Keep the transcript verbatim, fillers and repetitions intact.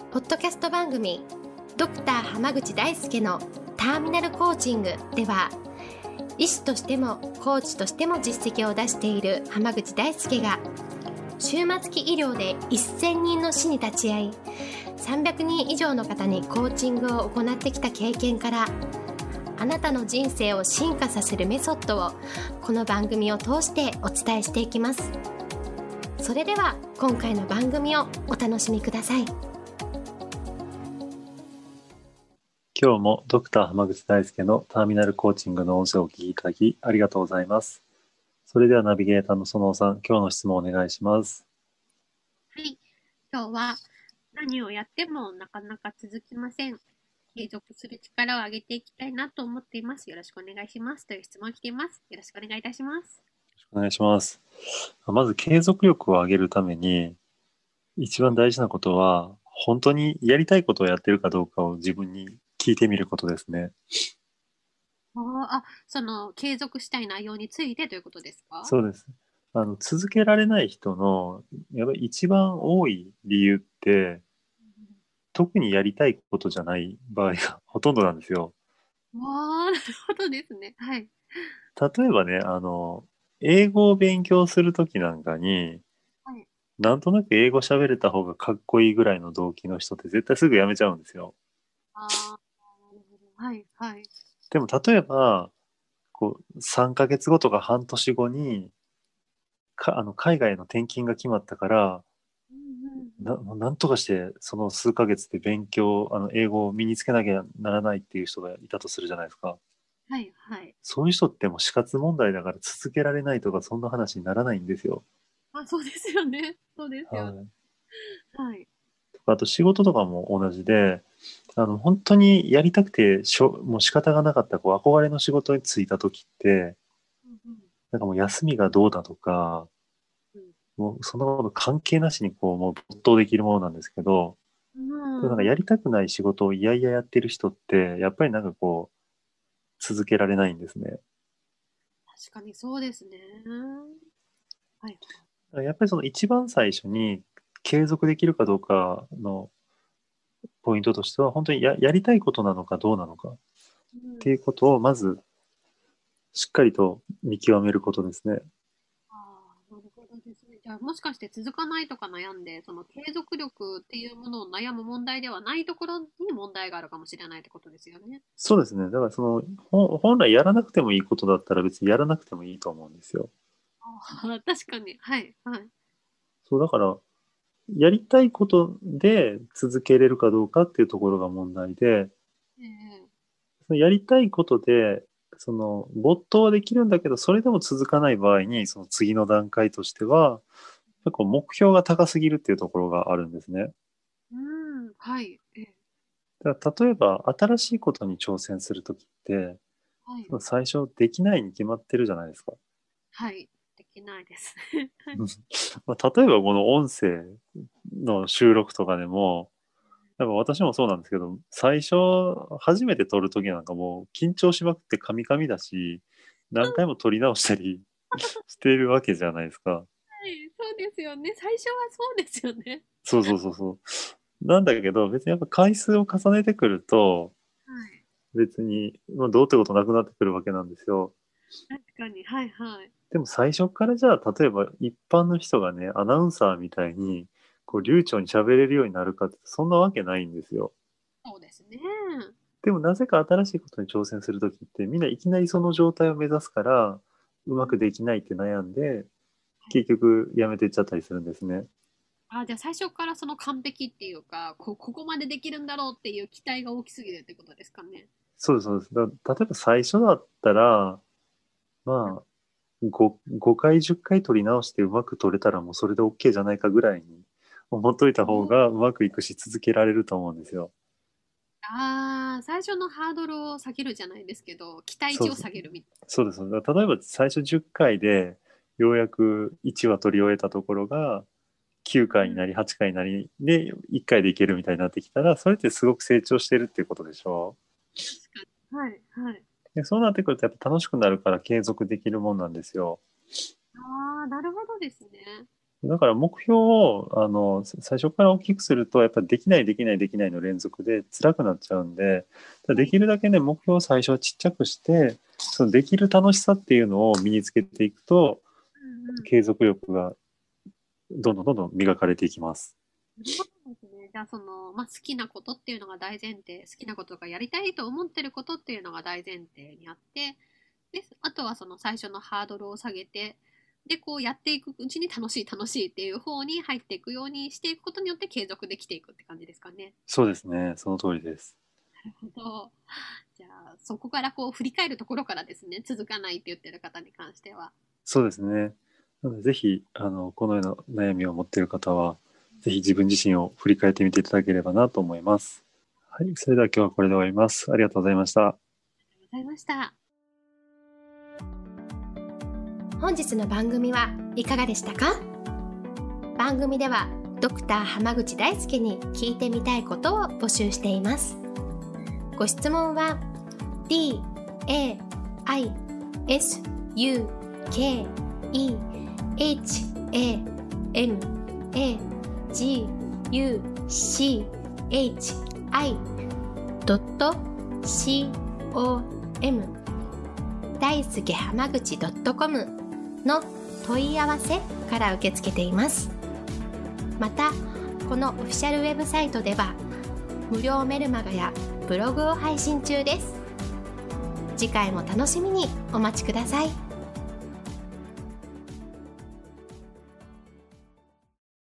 ポッドキャスト番組ドクター濱口大輔のターミナルコーチングでは、医師としてもコーチとしても実績を出している濱口大輔が終末期医療でせんにんの死に立ち会い、さんびゃくにん以上の方にコーチングを行ってきた経験から、あなたの人生を進化させるメソッドをこの番組を通してお伝えしていきます。それでは今回の番組をお楽しみください。 今日もドクター濱口大輔のターミナルコーチングの音声をお聞きいただきありがとうございます。それではナビゲーターの園尾さん、今日の質問をお願いします。 はい、今日は何をやってもなかなか続きません。継続する力を上げていきたいなと思っています。よろしくお願いしますという質問が来ています。よろしくお願いいたします。 お願いします。まず継続力を上げるために一番大事なことは、本当にやりたいことをやってるかどうかを自分に聞いてみることですね。 ああ、その継続したい内容についてということですか？ そうです。あの続けられない人のやっぱり一番多い理由って、特にやりたいことじゃない場合がほとんどなんですよ。 わあ、なるほどですね。はい。 例えばね、あの、英語を勉強するときなんかに、 はい。 なんとなく英語喋れた方がかっこいいぐらいの動機の人って絶対すぐ辞めちゃうんですよ。 ああ、なるほど。はい、はい。 でも例えば、こう、さんかげつごとか半年後に、か、あの、海外の転勤が決まったから、 うんうんうん。 な、なんとかしてその数ヶ月で勉強、あの、英語を身につけなきゃならないっていう人がいたとするじゃないですか。 はい、はい。 そういう人ってもう死活問題だから続けられないとかそんな話にならないんですよ。 あ、そうですよね。そうですよね。 はい。 はい。 あと仕事とかも同じで、あの、本当にやりたくてしょ、もう仕方がなかったこう憧れの仕事に就いた時って、 うんうんなんかもう休みがどうだとか、 うん。 もうそんなこと関係なしにこうもう没頭できるものなんですけど、 うでもなんかん、 やりたくない仕事をいやいややってる人って、やっぱりなんかこう、続けられないんですね。 確かにそうですね。はい。 やっぱりその一番最初に継続できるかどうかのポイントとしては、本当にや、やりたいことなのかどうなのかっうん。 ていうことをまずしっかりと見極めることですね。 ああ、なるほどですね。じゃあ、もしかして続かないとか悩んで、その継続力っていうものを悩む問題ではないところに問題があるかもしれないってことですよね。 そうですね。だからその、ほ本来やらなくてもいいことだったら別にやらなくてもいいと思うんですよ。 ああ、確かに。はい、はい。 そう、だから、やりたいことで続けれるかどうかっていうところが問題で、 ええ、 そのやりたいことで、その、没頭はできるんだけど、それでも続かない場合に、その次の段階としては、結構目標が高すぎるっていうところがあるんですね。 うん、はい。ええ、 だから例えば、新しいことに挑戦するときって、 はい。 その最初できないに決まってるじゃないですか。 はい。できないですね。はい。 まあ、例えばこの音声の収録とかでも、やっぱ私もそうなんですけど、最初、初めて撮るときなんかもう緊張しまくってカミカミだし、何回も撮り直したりしてるわけじゃないですか。 はい、そうですよね。最初はそうですよね。 そうそうそうそう。なんだけど、別にやっぱ回数を重ねてくると、 はい。 別に、まあ、どうってことなくなってくるわけなんですよ。 確かに。はい、はい。 でも最初からじゃあ、例えば一般の人がね、アナウンサーみたいに、こう、流暢に喋れるようになるかって、そんなわけないんですよ。 そうですね。 でもなぜか新しいことに挑戦するときって、みんないきなりその状態を目指すから、うまうん。 くできないって悩んで、 はい。 結局やめていっちゃったりするんですね。 あ、じゃあ最初からその完璧っていうか、こここまでできるんだろうっていう期待が大きすぎるってことですかね。 そうです、そうです。だ例えば最初だったら、まあ、ご、ごかい、じゅっかい取り直してうまく取れたらもうそれで OK じゃないかぐらいに思っといた方がうまくいくし続けられると思うんですよ。 ああ、最初のハードルを下げるじゃないですけど、期待値をそうそう。 下げるみたいそうです。だから例えば最初じゅっかいでようやくいちわ取り終えたところがきゅうかいな。うん。 になりはちかいになりでいっかいでいけるみたいになってきたら、それってすごく成長してるっていうことでしょ確かに。はい、はい。 う。で、そうなってくるとやっぱ楽しくなるから継続できるもんなんですよ。 ああ、なるほどですね。 だから目標をあの最初から大きくするとやっぱりできないできないできないの連続で辛くなっちゃうんで、できるだけね目標を最初はちっちゃくしてそのできる楽しさっていうのを身につけていくと、 うんうん、 継続力がどんどんどんどん磨かれていきます。 そうですね。じゃあその、まあ、好きなことっていうのが大前提、好きなことがやりたいと思ってることっていうのが大前提にあって、で、あとはその最初のハードルを下げて、で、こうやっていくうちに楽しい楽しいっていう方に入っていくようにしていくことによって継続できていくって感じですかね。 そうですね、その通りです。 なるほど。じゃあそこからこう振り返るところからですね、続かないって言ってる方に関しては。 そうですね。なのでぜひあのこのような悩みを持っている方はぜひ自分自身を振り返ってみていただければなと思います。はい、それでは今日はこれで終わります。ありがとうございました。 ありがとうございました。 本日の番組はいかがでしたか？番組ではドクター濱口大輔に聞いてみたいことを募集しています。ご質問は ディー エー アイ エス ユー ケー イー エイチ エー エム エー ジー ユー シー エイチ アイ ドット シー オー エム 大輔濱口 .com の問い合わせから受け付けています。またこのオフィシャルウェブサイトでは無料メルマガやブログを配信中です。次回も楽しみにお待ちください。